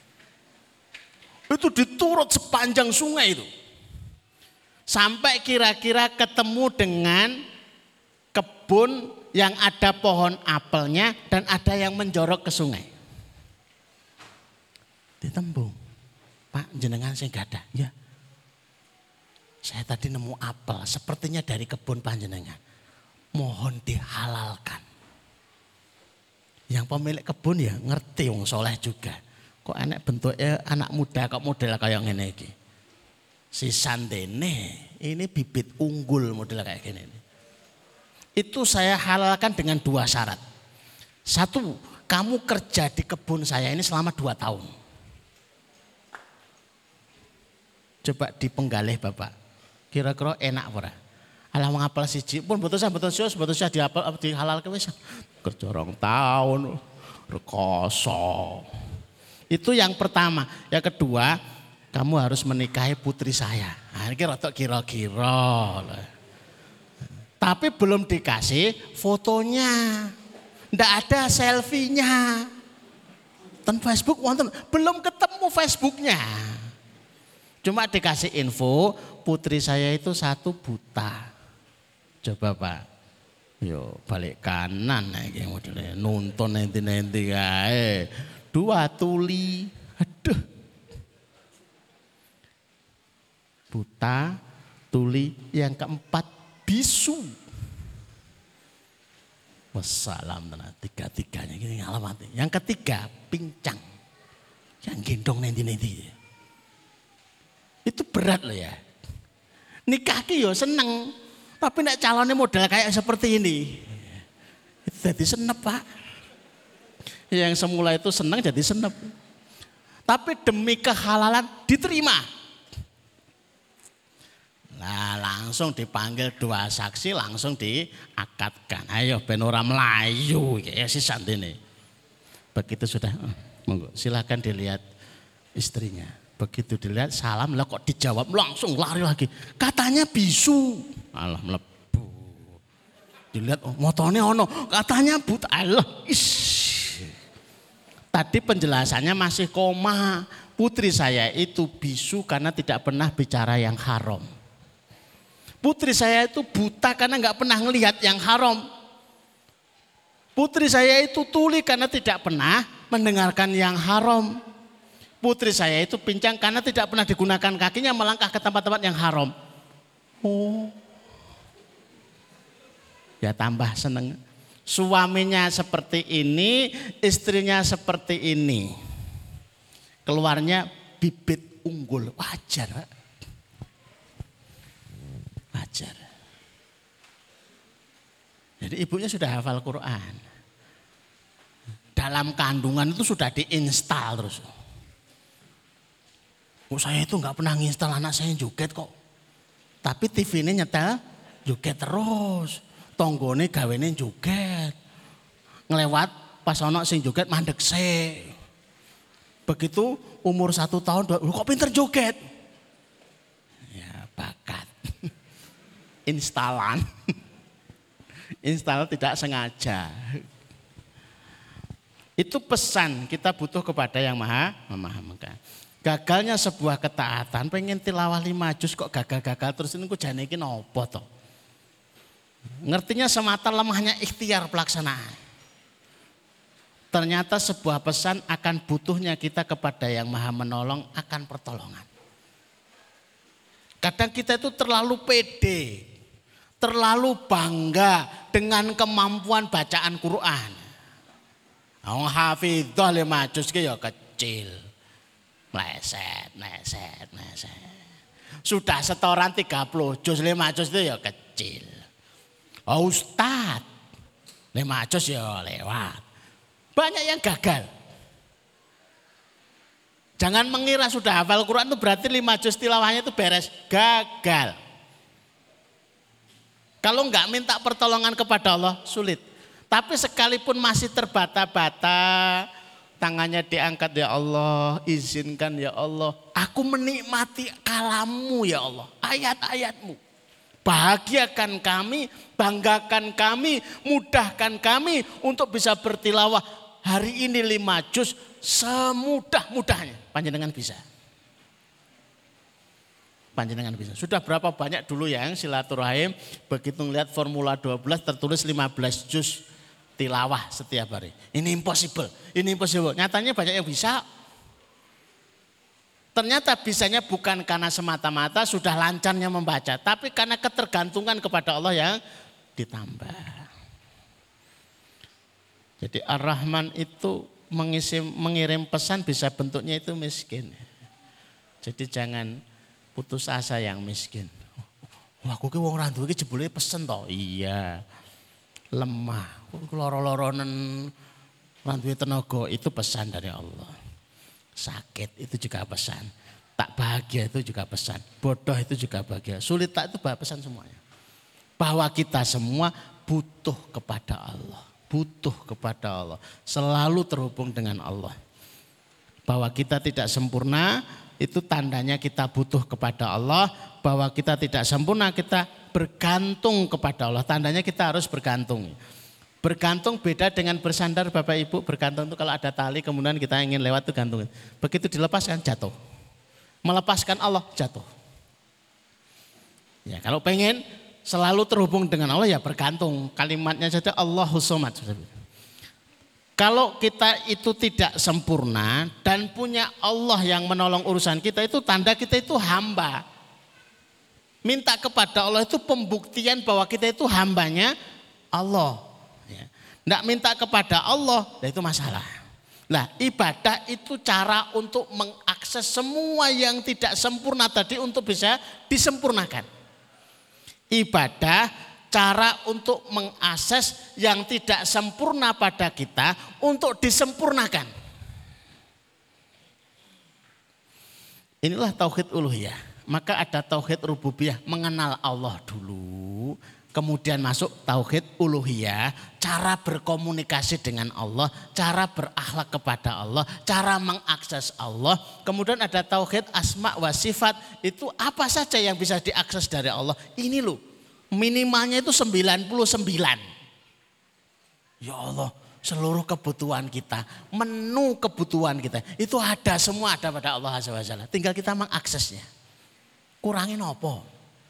Itu diturut sepanjang sungai itu. Sampai kira-kira ketemu dengan kebun yang ada pohon apelnya dan ada yang menjorok ke sungai. Ditembung, Pak jenengan saya gak ada. Ya. Saya tadi nemu apel, sepertinya dari kebun panjenengan. Mohon dihalalkan. Yang pemilik kebun ya ngerti wong soleh juga. Kok enak bentuknya anak muda kok model kayak ngene iki. Si Sandene ini bibit unggul model kayak gini. Itu saya halalkan dengan dua syarat. Satu, kamu kerja di kebun saya ini selama dua tahun. Coba dipenggalih Bapak. Kira-kira enak ora? Alah wong apel siji pun betul sah betul sus betul sah diapel dihalalke wis kerja rong tahun rekoso. Itu yang pertama. Yang kedua, kamu harus menikahi putri saya. Nah, ini rotok kira-kira. Tapi belum dikasih fotonya. Ndak ada selfie-nya. Ten Facebook wonten belum ketemu Facebooknya. Cuma dikasih info putri saya itu satu buta. Coba Pak, yo balik kanan lagi modelnya nonton nanti-nanti kae. Dua tuli, aduh. Buta, tuli, yang keempat bisu. Wassalam tenan tiga-tiganya gini ngalamat. Yang ketiga pincang. Yang gendong nanti-nanti. Itu berat loh ya. Nikah ki yo seneng, tapi nek calonnya model kayak seperti ini, itu jadi senep Pak. Yang semula itu seneng jadi senep. Tapi demi kehalalan diterima. Nah langsung dipanggil dua saksi, langsung diakadkan. Ayo ben ora melayu ya si Sandene. Begitu sudah, monggo silakan dilihat istrinya. Begitu dilihat salam lah kok dijawab langsung lari lagi. Katanya bisu. Alah mlebu. Dilihat oh, motornya ono. Katanya buta. Alah ish. Tadi penjelasannya masih koma. Putri saya itu bisu karena tidak pernah bicara yang haram. Putri saya itu buta karena nggak pernah ngelihat yang haram. Putri saya itu tuli karena tidak pernah mendengarkan yang haram. Putri saya itu pincang karena tidak pernah digunakan kakinya melangkah ke tempat-tempat yang haram. Oh. Ya tambah seneng. Suaminya seperti ini, istrinya seperti ini. Keluarnya bibit unggul, wajar. Wajar. Jadi ibunya sudah hafal Quran. Dalam kandungan itu sudah diinstal terus. Oh, saya itu nggak pernah nginstal anak saya joget kok. Tapi T V ini nyetel joget terus. Tonggone gawene joget. Ngelewat pas ono sing joget mandek se. Begitu umur satu tahun, dua, kok pinter joget. Ya bakat. Instalan. Install tidak sengaja. Itu pesan kita butuh kepada yang maha memahamkan. Gagalnya sebuah ketaatan, pengen tilawah lima juz kok gagal-gagal terus ini ku jane iki napa to? Ngertinya semata lemahnya ikhtiar pelaksanaan. Ternyata sebuah pesan akan butuhnya kita kepada yang maha menolong akan pertolongan. Kadang kita itu terlalu pede, terlalu bangga dengan kemampuan bacaan Quran. Wong hafidhah lima juz ki ya kecil. Meleset, meleset, meleset. Sudah setoran tiga puluh juz, lima juz itu ya kecil. Oh, Ustadz, lima juz ya lewat. Banyak yang gagal. Jangan mengira sudah hafal Quran itu berarti lima juz tilawahnya itu beres. Gagal. Kalau enggak minta pertolongan kepada Allah sulit. Tapi sekalipun masih terbata-bata, tangannya diangkat, ya Allah, izinkan ya Allah. Aku menikmati kalammu ya Allah, ayat-ayatmu. Bahagiakan kami, banggakan kami, mudahkan kami untuk bisa bertilawah hari ini lima juz semudah-mudahnya. Panjenengan bisa. Panjenengan bisa. Sudah berapa banyak dulu yang silaturahim begitu ngelihat formula dua belas tertulis lima belas juz tilawah setiap hari. Ini impossible, ini impossible. Nyatanya banyak yang bisa. Ternyata bisanya bukan karena semata-mata sudah lancarnya membaca, tapi karena ketergantungan kepada Allah yang ditambah. Jadi Ar-Rahman itu mengisi, mengirim pesan bisa bentuknya itu miskin. Jadi jangan putus asa yang miskin. Wah, aku ki wong ra duwe iki jebule pesen to. Iya. Lemah, loro-loronen ra duwe tenaga itu pesan dari Allah. Sakit itu juga pesan, tak bahagia itu juga pesan, bodoh itu juga bahagia, sulit tak itu pesan semuanya. Bahwa kita semua butuh kepada Allah, butuh kepada Allah, selalu terhubung dengan Allah. Bahwa kita tidak sempurna itu tandanya kita butuh kepada Allah, bahwa kita tidak sempurna kita bergantung kepada Allah, tandanya kita harus bergantung. Bergantung beda dengan bersandar Bapak Ibu. Bergantung itu kalau ada tali kemudian kita ingin lewat itu gantung. Begitu dilepaskan jatuh. Melepaskan Allah jatuh. Ya, kalau pengen selalu terhubung dengan Allah ya bergantung. Kalimatnya saja Allahus Somad. Kalau kita itu tidak sempurna dan punya Allah yang menolong urusan kita, itu tanda kita itu hamba. Minta kepada Allah itu pembuktian bahwa kita itu hambanya Allah. Tidak minta kepada Allah, nah itu masalah. Nah, ibadah itu cara untuk mengakses semua yang tidak sempurna tadi untuk bisa disempurnakan. Ibadah cara untuk mengakses yang tidak sempurna pada kita untuk disempurnakan. Inilah tauhid uluhiyah. Maka ada tauhid rububiyah, mengenal Allah dulu. Kemudian masuk tauhid uluhiyah, cara berkomunikasi dengan Allah, cara berakhlak kepada Allah, cara mengakses Allah. Kemudian ada tauhid asma wa sifat, itu apa saja yang bisa diakses dari Allah. Ini loh, minimalnya itu sembilan puluh sembilan. Ya Allah, seluruh kebutuhan kita, menu kebutuhan kita, itu ada semua ada pada Allah Azza wa Jalla. Tinggal kita mengaksesnya. Kurangin apa?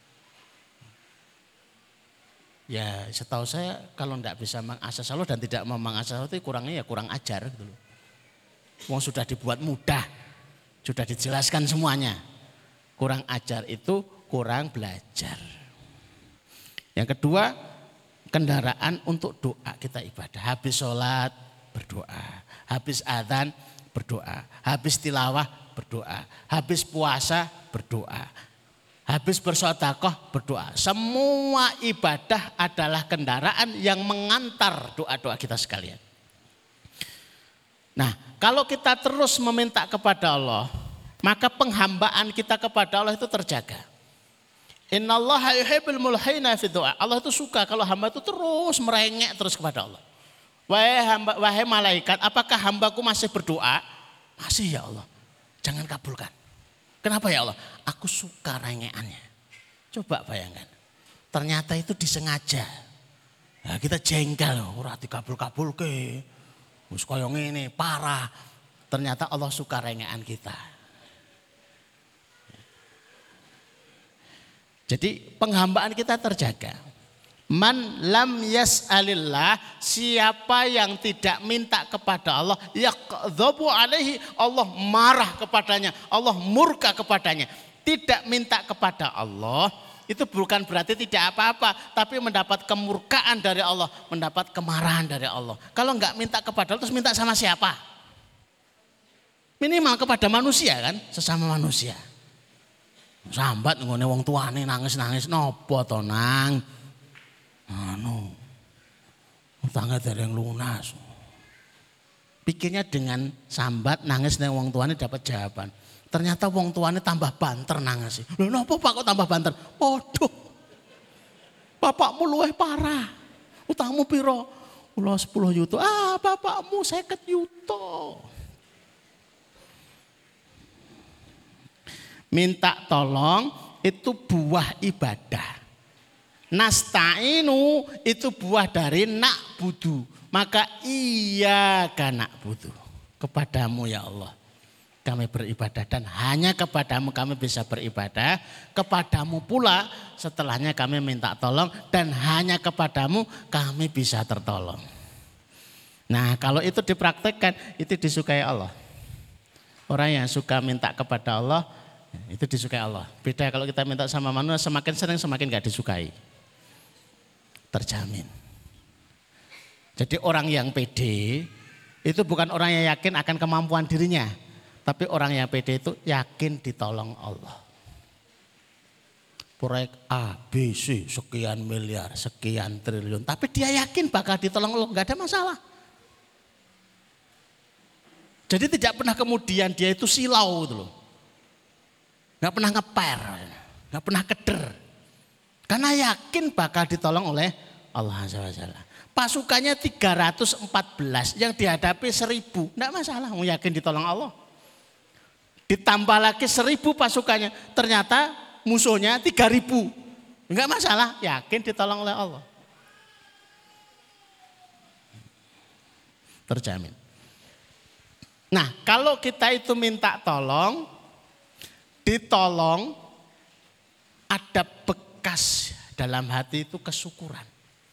Ya setahu saya kalau tidak bisa mengakses Allah dan tidak mau mengakses Allah itu kurangnya ya kurang ajar gitu loh. Wong sudah dibuat mudah, sudah dijelaskan semuanya. Kurang ajar itu kurang belajar. Yang kedua, kendaraan untuk doa kita ibadah. Habis sholat berdoa, habis adzan berdoa, habis tilawah berdoa, habis puasa berdoa. Habis bersedekah berdoa. Semua ibadah adalah kendaraan yang mengantar doa-doa kita sekalian. Nah, kalau kita terus meminta kepada Allah, maka penghambaan kita kepada Allah itu terjaga. Innallaha yuhibbul mulhina fi doa. Allah itu suka kalau hamba itu terus merengek terus kepada Allah. Wahai hamba, wahai malaikat, apakah hambaku masih berdoa? Masih ya Allah. Jangan kabulkan. Kenapa ya Allah? Aku suka rengeannya. Coba bayangkan. Ternyata itu disengaja. Nah, kita jengkel, ora dikabul-kabul ke. Wis kaya ngene, parah. Ternyata Allah suka rengean kita. Jadi penghambaan kita terjaga. Man lam yas'alillah, siapa yang tidak minta kepada Allah, yaqdhabu alaihi, Allah marah kepadanya, Allah murka kepadanya. Tidak minta kepada Allah itu bukan berarti tidak apa-apa, tapi mendapat kemurkaan dari Allah, mendapat kemarahan dari Allah. Kalau enggak minta kepada Allah terus minta sama siapa? Minimal kepada manusia kan, sesama manusia. Sambat ngene wong tuane nangis-nangis nopo to nang? Anu, utangnya dari yang lunas. Pikirnya dengan sambat nangis dengan wong tuane dapat jawaban. Ternyata wong tuane tambah banter nangis. Lho napa Pak kok tambah banter? Waduh. Bapakmu luwih parah. Utangmu piro? Kula sepuluh juta. Ah, bapakmu seket juta. Minta tolong itu buah ibadah. Nasta'inu itu buah dari nak budu. Maka iya kanak budu. Kepadamu ya Allah kami beribadah, dan hanya kepadamu kami bisa beribadah. Kepadamu pula setelahnya kami minta tolong, dan hanya kepadamu kami bisa tertolong. Nah kalau itu dipraktekkan itu disukai Allah. Orang yang suka minta kepada Allah itu disukai Allah. Beda kalau kita minta sama manusia, semakin sering semakin gak disukai. Terjamin. Jadi orang yang pede itu bukan orang yang yakin akan kemampuan dirinya, tapi orang yang pede itu yakin ditolong Allah. Proyek A, B, C, sekian miliar, sekian triliun, tapi dia yakin bakal ditolong Allah, nggak ada masalah. Jadi tidak pernah kemudian dia itu silau gitu loh, nggak pernah ngeper, nggak pernah keder. Karena yakin bakal ditolong oleh Allah Azza wa Jalla. Pasukannya tiga ratus empat belas, yang dihadapi seribu. Tidak masalah, yakin ditolong Allah. Ditambah lagi seribu pasukannya, ternyata musuhnya tiga ribu. Enggak masalah, yakin ditolong oleh Allah. Terjamin. Nah kalau kita itu minta tolong, ditolong, ada bekas dalam hati itu kesyukuran,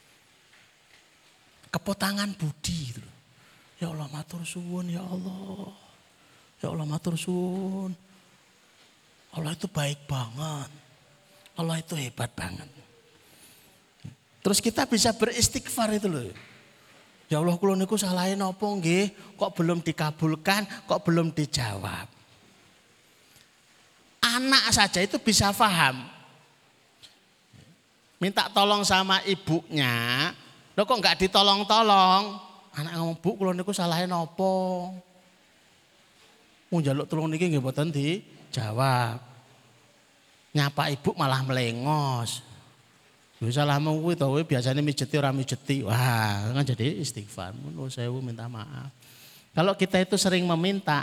kepotangan budi gitu. Ya Allah matur suwun ya Allah, ya Allah matur suwun, Allah itu baik banget, Allah itu hebat banget. Terus kita bisa beristighfar itu loh. Ya Allah kula niku salahe napa nggih, kok belum dikabulkan, kok belum dijawab. Anak saja itu bisa paham. Minta tolong sama ibunya, lo kok nggak ditolong-tolong? Anak ngomong, Bu, kula niku salahe napa? Mau njaluk tolong niki nggih mboten dijawab. Nyapa ibu malah melengos. Lho salahmu kuwi to, kowe biasane mijeti ora mijeti. Wah, kan jadi istighfar. Nuwun sewu minta maaf. Kalau kita itu sering meminta,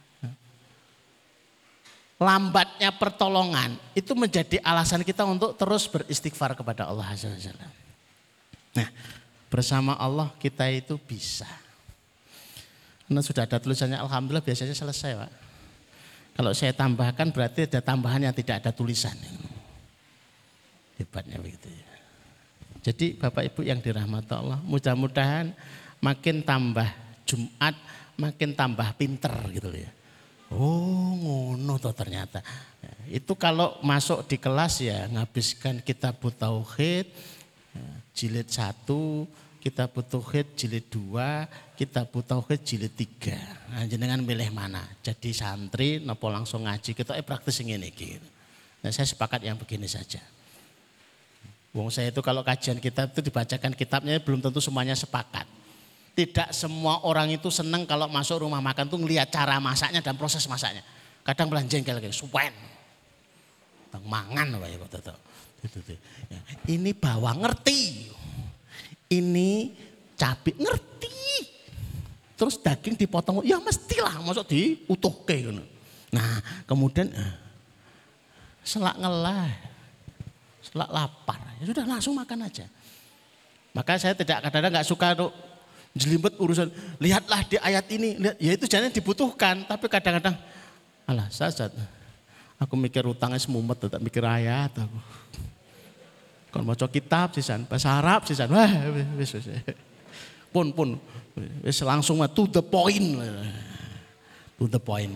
lambatnya pertolongan itu menjadi alasan kita untuk terus beristighfar kepada Allah Azza wa Jalla. Nah, bersama Allah kita itu bisa. Karena sudah ada tulisannya alhamdulillah biasanya selesai, Pak. Kalau saya tambahkan berarti ada tambahan yang tidak ada tulisan. Hebatnya begitu ya. Jadi Bapak Ibu yang dirahmati Allah, mudah-mudahan makin tambah Jumat makin tambah pinter gitu ya. Oh ngono toh ternyata. Itu kalau masuk di kelas ya nghabiskan kitab tauhid jilid satu, kitab tauhid jilid dua, kitab tauhid jilid tiga. Nah, jenengan milih mana? Jadi santri napa langsung ngaji kita eh praktis ngene iki. Nah, saya sepakat yang begini saja. Wong saya itu kalau kajian kitab itu dibacakan kitabnya belum tentu semuanya sepakat. Tidak semua orang itu senang kalau masuk rumah makan tuh ngelihat cara masaknya dan proses masaknya. Kadang malah jengkel kayak suwen. Tang mangan wae kok tetep. Ini bawang ngerti. Ini cabai ngerti. Terus daging dipotong ya mestilah masuk diutuhke ngono. Nah, kemudian selak ngelah. Selak lapar. Ya sudah langsung makan aja. Maka saya tidak kadang-kadang enggak suka tuh jelimet urusan, lihatlah di ayat ini, lihat, ya itu jangan dibutuhkan, tapi kadang-kadang, alah sasat, aku mikir utangnya semumet, tak mikir ayat aku. Kon maca kitab sisan, bahasa Arab sisan. Wah, wis wis. Pun pun wis langsung to the point. To the point.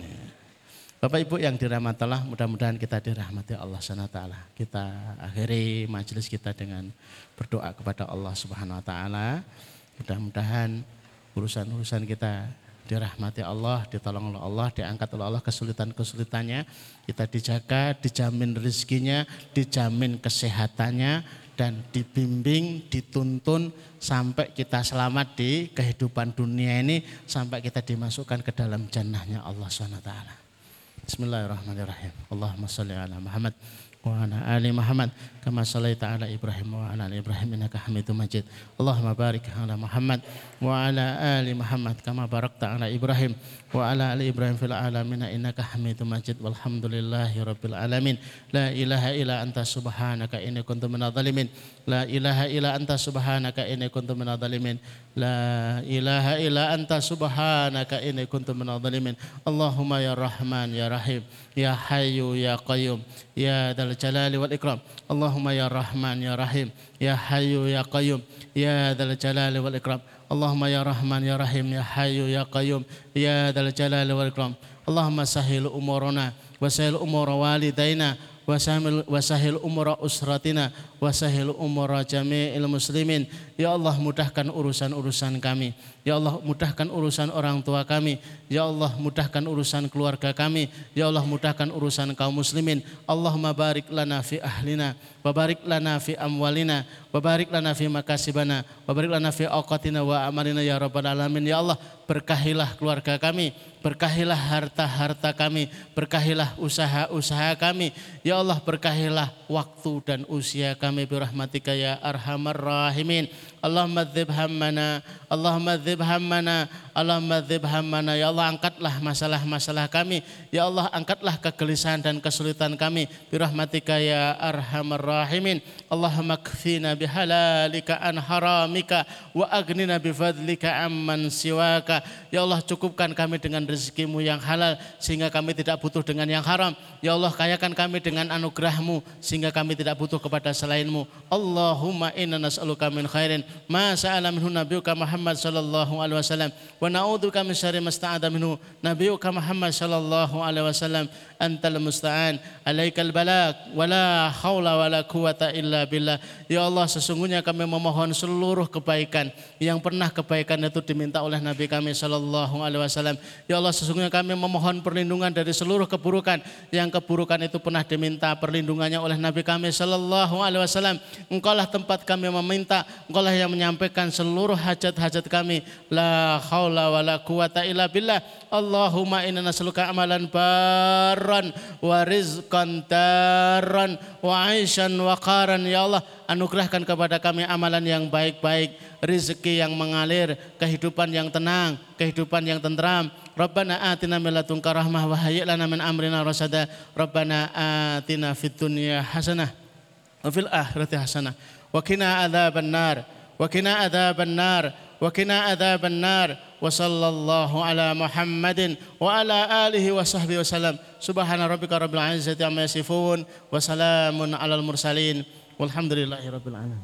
Bapak Ibu yang dirahmati Allah, mudah-mudahan kita dirahmati Allah Subhanahu wa taala. Kita akhiri majelis kita dengan berdoa kepada Allah Subhanahu wa taala. Mudah-mudahan urusan-urusan kita dirahmati Allah, ditolong oleh Allah, diangkat oleh Allah kesulitan-kesulitannya, kita dijaga, dijamin rezekinya, dijamin kesehatannya, dan dibimbing, dituntun sampai kita selamat di kehidupan dunia ini, sampai kita dimasukkan ke dalam jannahnya Allah subhanahu wa taala. Bismillahirrahmanirrahim. Allahumma sholli ala Muhammad wa ala ali Muhammad kama shallaita ala Ibrahim wa ala ali Ibrahim innaka Hamidum Majid. Allahumma barik ala Muhammad wa ala ali Muhammad kama barakta ala Ibrahim wa ala ali Ibrahim fil alamin innaka Hamidum Majid. Walhamdulillahi rabbil alamin. La ilaha illa anta subhanaka inni kuntu minadh dhalimin. La ilaha illa anta subhanaka inni kuntu minadh dhalimin. La ilaha illa anta subhanaka inni kuntu minadh dhalimin. Allahumma ya Rahman ya Rahim ya Hayyu ya Qayyum ya Dzal Jalali wal Ikram. Allahumma ya Rahman ya Rahim ya Hayyu ya Qayyum ya Dzal Jalali wal Ikram. Allahumma ya Rahman ya Rahim ya Hayyu ya Qayyum ya Dzal Jalali wal Ikram. Allahumma sahhil umurana wa sahhil umura walidaina wa sahhil umura usratina wa sahhil umura jami'il muslimin. Ya Allah, mudahkan urusan-urusan kami. Ya Allah, mudahkan urusan orang tua kami. Ya Allah, mudahkan urusan keluarga kami. Ya Allah, mudahkan urusan kaum muslimin. Allahumma barik lana fi ahlina wa barik lana fi amwalina wa barik lana fi makasibana wa barik lana fi awqatina wa amalina ya rabbal alamin. Ya Allah, berkahilah keluarga kami, berkahilah harta-harta kami, berkahilah usaha-usaha kami. Ya Allah, berkahilah waktu dan usia kami birahmatika ya arhamar rahimin. Allahumma dzib hammana, Allahumma dzib hammana, Allahumma dzib hammana. Ya Allah, angkatlah masalah-masalah kami. Ya Allah, angkatlah kegelisahan dan kesulitan kami birahmatika ya arhamar rahimin. Allahumma kfina bihalalika an haramika wa agnina bifadlika amman siwaka. Ya Allah, cukupkan kami dengan rezekimu yang halal sehingga kami tidak butuh dengan yang haram. Ya Allah, kayakan kami dengan anugerahmu sehingga kami tidak butuh kepada selainmu. Allahumma inna nas'aluka min khairin ma sa'ala minhu nabiyuka Muhammad sallallahu alaihi wasallam wa na'udzubika min syarri ma sta'adha minhu nabiyuka Muhammad sallallahu alaihi wasallam. Antal musta'an, alaikal balagh wa la haula wa la quwata illa billah. Ya Allah, sesungguhnya kami memohon seluruh kebaikan yang pernah kebaikan itu diminta oleh Nabi kami sallallahu alaihi wasallam. Ya Allah, sesungguhnya kami memohon perlindungan dari seluruh keburukan yang keburukan itu pernah diminta perlindungannya oleh Nabi kami sallallahu alaihi wasallam. Engkaulah tempat kami meminta, Engkaulah yang menyampaikan seluruh hajat-hajat kami. La haula wa la quwata illa billah. Allahumma inna nas'aluka amalan barran wa rizqan darran wa aishan waqaran. Ya Allah, anugerahkan kepada kami amalan yang baik-baik, rezeki yang mengalir, kehidupan yang tenang, kehidupan yang tentram. Rabbana atina min ladunka rahmah wa hayyi' lana min amrina rasada. Rabbana atina fid dunya hasanah wa fil akhirati hasanah wa qina adzaban nar wa qina adzaban nar wa qina adzaban nar. Wa sallallahu ala Muhammadin wa ala alihi wa sahbihi wa salam. Subhana rabbika rabbil izzati amma yasifun wa salamun alal mursalin walhamdulillahi rabbil alamin.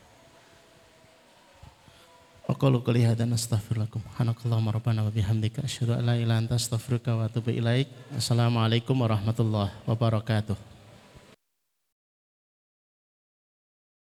Wa qalu qali hadan astaghfirullakum hanakallahumma rabbana wa bihamdika asyhadu an la ilaha illa anta astaghfiruka wa atubu ilaik. Assalamualaikum warahmatullahi wabarakatuh.